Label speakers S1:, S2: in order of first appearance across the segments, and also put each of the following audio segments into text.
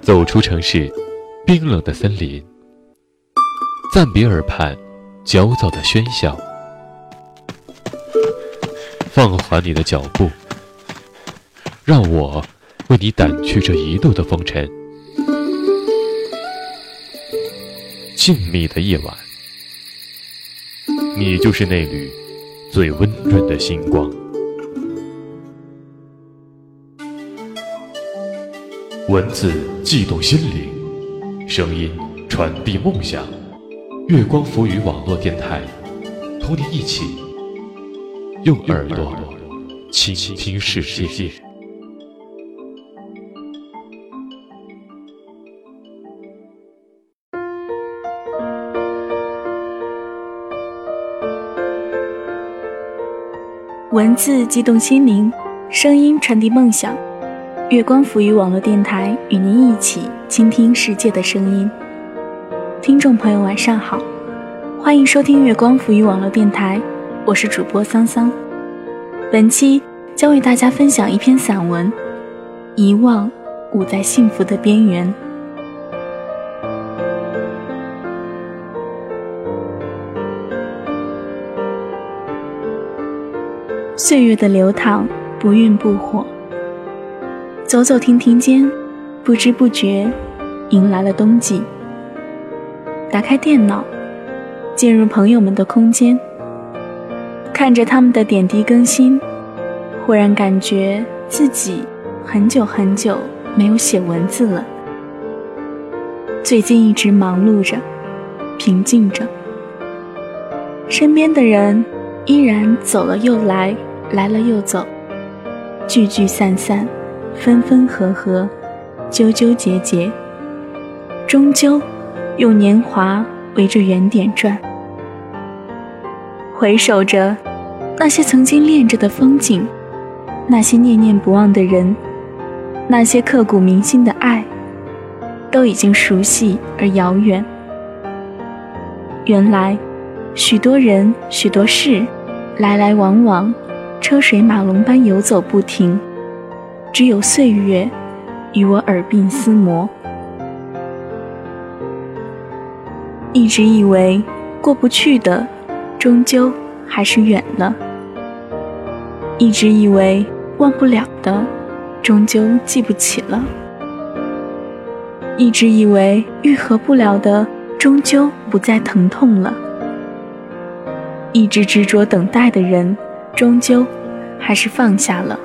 S1: 走出城市冰冷的森林，暂别耳畔焦躁的喧嚣，放缓你的脚步，让我为你掸去这一路的风尘。静谧的夜晚，你就是那缕最温润的星光。文字悸动心灵，声音传递梦想。月光浮语网络电台，同你一起用耳朵倾听世界。
S2: 文字激动心灵，声音传递梦想。月光浮语网络电台与您一起倾听世界的声音。听众朋友晚上好，欢迎收听月光浮语网络电台，我是主播桑桑。本期将为大家分享一篇散文《遗忘舞在幸福的边缘》。岁月的流淌，不愠不火，走走停停间，不知不觉迎来了冬季。打开电脑，进入朋友们的空间，看着他们的点滴更新，忽然感觉自己很久很久没有写文字了。最近一直忙碌着，平静着，身边的人依然走了又来，来了又走，聚聚散散，分分合合，纠纠结结，终究用年华围着原点转。回首着那些曾经恋着的风景，那些念念不忘的人，那些刻骨铭心的爱，都已经熟悉而遥远。原来许多人许多事，来来往往，车水马龙般游走不停，只有岁月与我耳鬓厮磨。一直以为过不去的终究还是远了，一直以为忘不了的终究记不起了，一直以为愈合不了的终究不再疼痛了，一直执着等待的人终究还是放下了。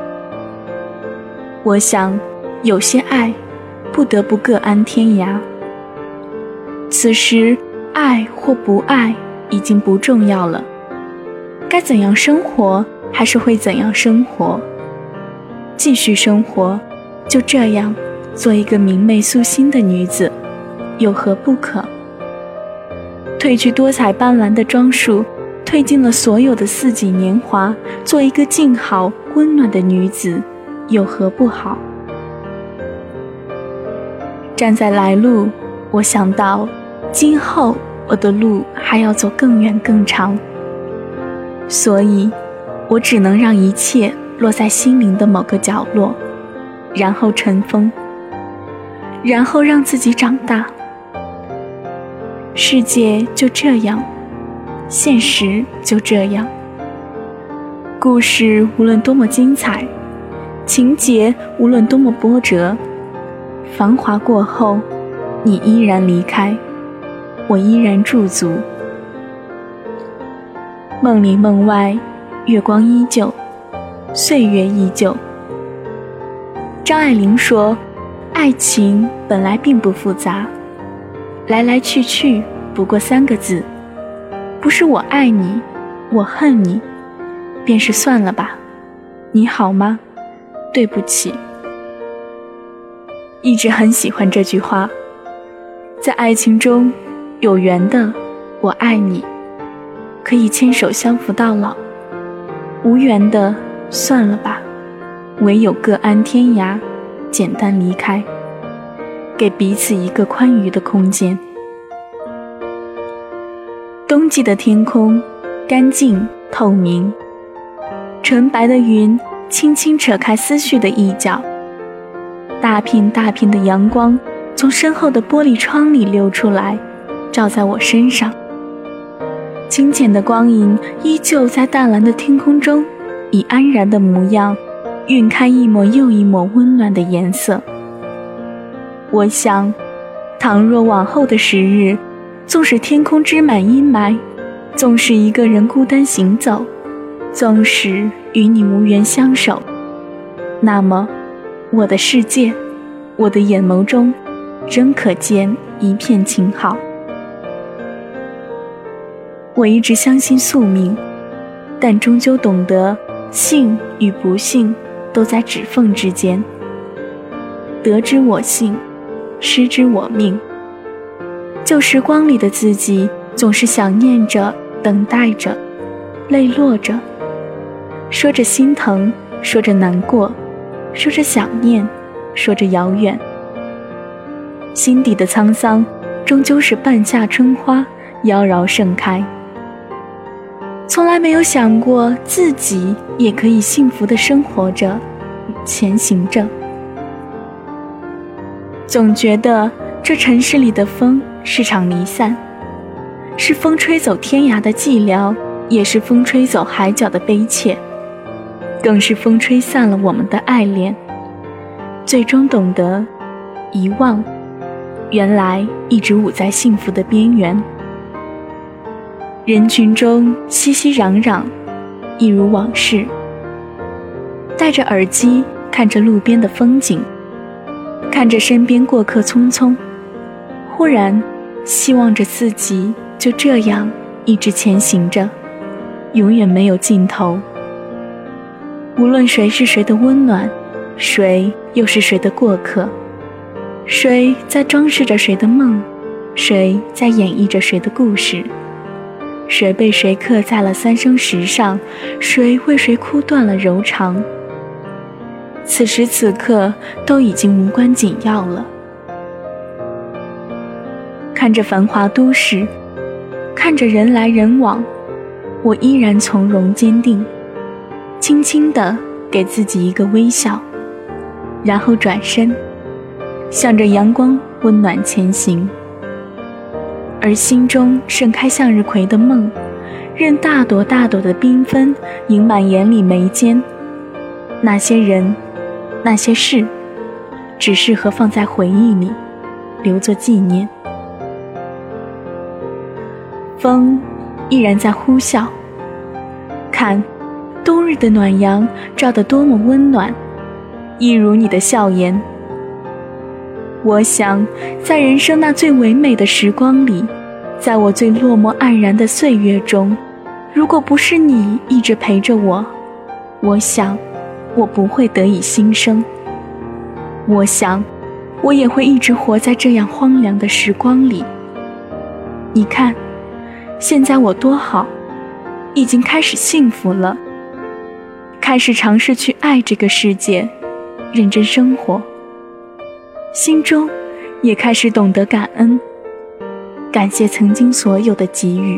S2: 我想有些爱不得不各安天涯，此时爱或不爱已经不重要了，该怎样生活还是会怎样生活，继续生活，就这样做一个明媚素心的女子，有何不可？褪去多彩斑斓的装束，褪尽了所有的四季年华，做一个静好温暖的女子，有何不好？站在来路，我想到今后我的路还要走更远更长，所以我只能让一切落在心灵的某个角落，然后尘封，然后让自己长大。世界就这样，现实就这样，故事无论多么精彩，情节无论多么波折，繁华过后，你依然离开，我依然驻足。梦里梦外，月光依旧，岁月依旧。张爱玲说，爱情本来并不复杂，来来去去不过3个字，不是我爱你，我恨你，便是算了吧，你好吗？对不起。一直很喜欢这句话，在爱情中，有缘的我爱你，可以牵手相扶到老，无缘的算了吧，唯有各安天涯，简单离开，给彼此一个宽裕的空间。冬季的天空干净透明，纯白的云轻轻扯开思绪的一角， 大片大片的阳光从身后的玻璃窗里流出来，照在我身上。清浅的光影依旧在淡蓝的天空中，以安然的模样晕开一抹又一抹温暖的颜色。我想，倘若往后的时日，纵使天空织满阴霾，纵使一个人孤单行走，纵使与你无缘相守，那么我的世界，我的眼眸中仍可见一片晴好。我一直相信宿命，但终究懂得幸与不幸都在指缝之间。得之我幸，失之我命。旧时光里的自己总是想念着，等待着，泪落着，说着心疼，说着难过，说着想念，说着遥远。心底的沧桑终究是半夏春花，妖娆盛开。从来没有想过自己也可以幸福地生活着，前行着。总觉得这城市里的风是场离散，是风吹走天涯的寂寥，也是风吹走海角的悲切，更是风吹散了我们的爱恋。最终懂得遗忘，原来一直舞在幸福的边缘。人群中熙熙攘攘，一如往事。戴着耳机看着路边的风景，看着身边过客匆匆，忽然希望着自己就这样一直前行着，永远没有尽头。无论谁是谁的温暖，谁又是谁的过客，谁在装饰着谁的梦，谁在演绎着谁的故事，谁被谁刻在了三生石上，谁为谁哭断了柔肠。此时此刻都已经无关紧要了。看着繁华都市，看着人来人往，我依然从容坚定，轻轻地给自己一个微笑，然后转身向着阳光温暖前行。而心中盛开向日葵的梦，任大朵大朵的缤纷盈满眼里眉间。那些人，那些事，只适合放在回忆里，留作纪念。风依然在呼啸，看冬日的暖阳照得多么温暖，一如你的笑颜。我想，在人生那最唯美的时光里，在我最落寞黯然的岁月中，如果不是你一直陪着我，我想我不会得以新生。我想我也会一直活在这样荒凉的时光里。你看，现在我多好，已经开始幸福了，开始尝试去爱这个世界，认真生活，心中也开始懂得感恩，感谢曾经所有的给予。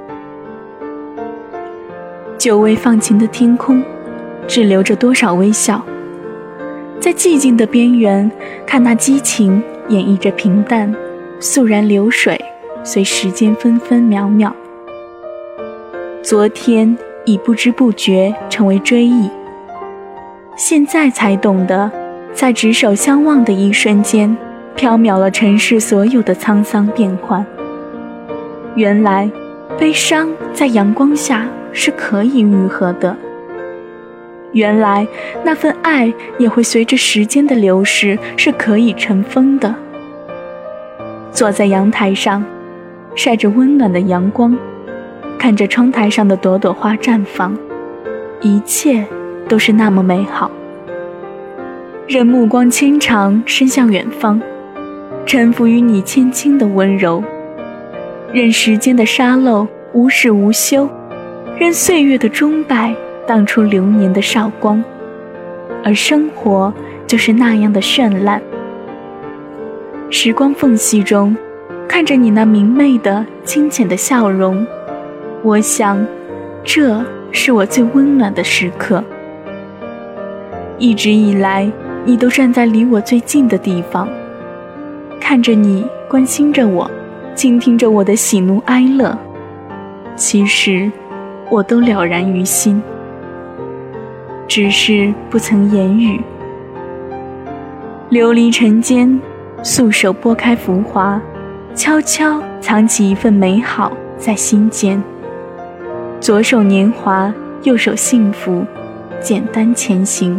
S2: 久未放晴的天空，只留着多少微笑，在寂静的边缘，看那激情演绎着平淡，肃然流水，随时间分分秒秒。昨天已不知不觉成为追忆，现在才懂得，在执手相望的一瞬间，缥缈了尘世所有的沧桑变幻。原来悲伤在阳光下是可以愈合的，原来那份爱也会随着时间的流逝是可以尘封的。坐在阳台上，晒着温暖的阳光，看着窗台上的朵朵花绽放，一切都是那么美好。任目光牵长伸向远方，臣服于你轻轻的温柔，任时间的沙漏无始无休，任岁月的钟摆荡出流年的韶光，而生活就是那样的绚烂。时光缝隙中，看着你那明媚的清浅的笑容，我想这是我最温暖的时刻。一直以来， 你都站在离我最近的地方，看着你，关心着我，倾听着我的喜怒哀乐，其实我都了然于心，只是不曾言语。琉璃尘间，素手拨开浮华，悄悄藏起一份美好在心间。左手年华，右手幸福，简单前行。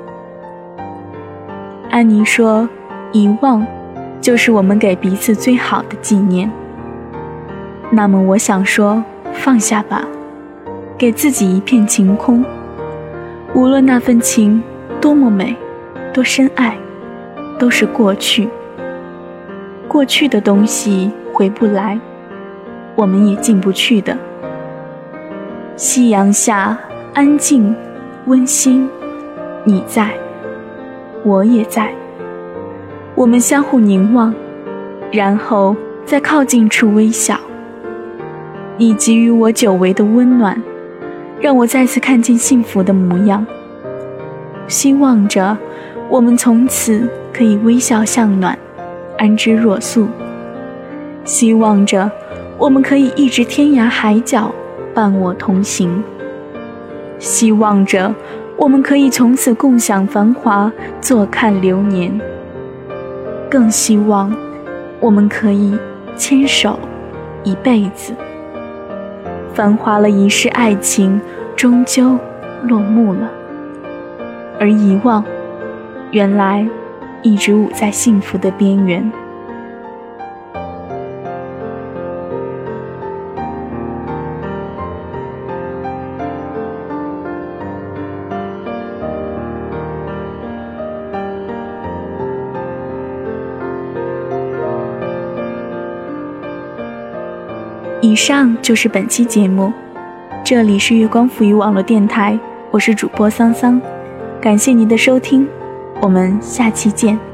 S2: 安妮说，遗忘就是我们给彼此最好的纪念。那么我想说，放下吧，给自己一片晴空。无论那份情多么美，多深爱，都是过去。过去的东西回不来，我们也进不去的。夕阳下，安静温馨，你在，我也在，我们相互凝望，然后在靠近处微笑。你给予我久违的温暖，让我再次看见幸福的模样。希望着我们从此可以微笑向暖，安之若素。希望着我们可以一直天涯海角，伴我同行。希望着我们可以从此共享繁华，坐看流年。更希望我们可以牵手一辈子。繁华了一世爱情，终究落幕了，而遗忘原来一直舞在幸福的边缘。以上就是本期节目，这里是月光浮语网络电台，我是主播桑桑，感谢您的收听，我们下期见。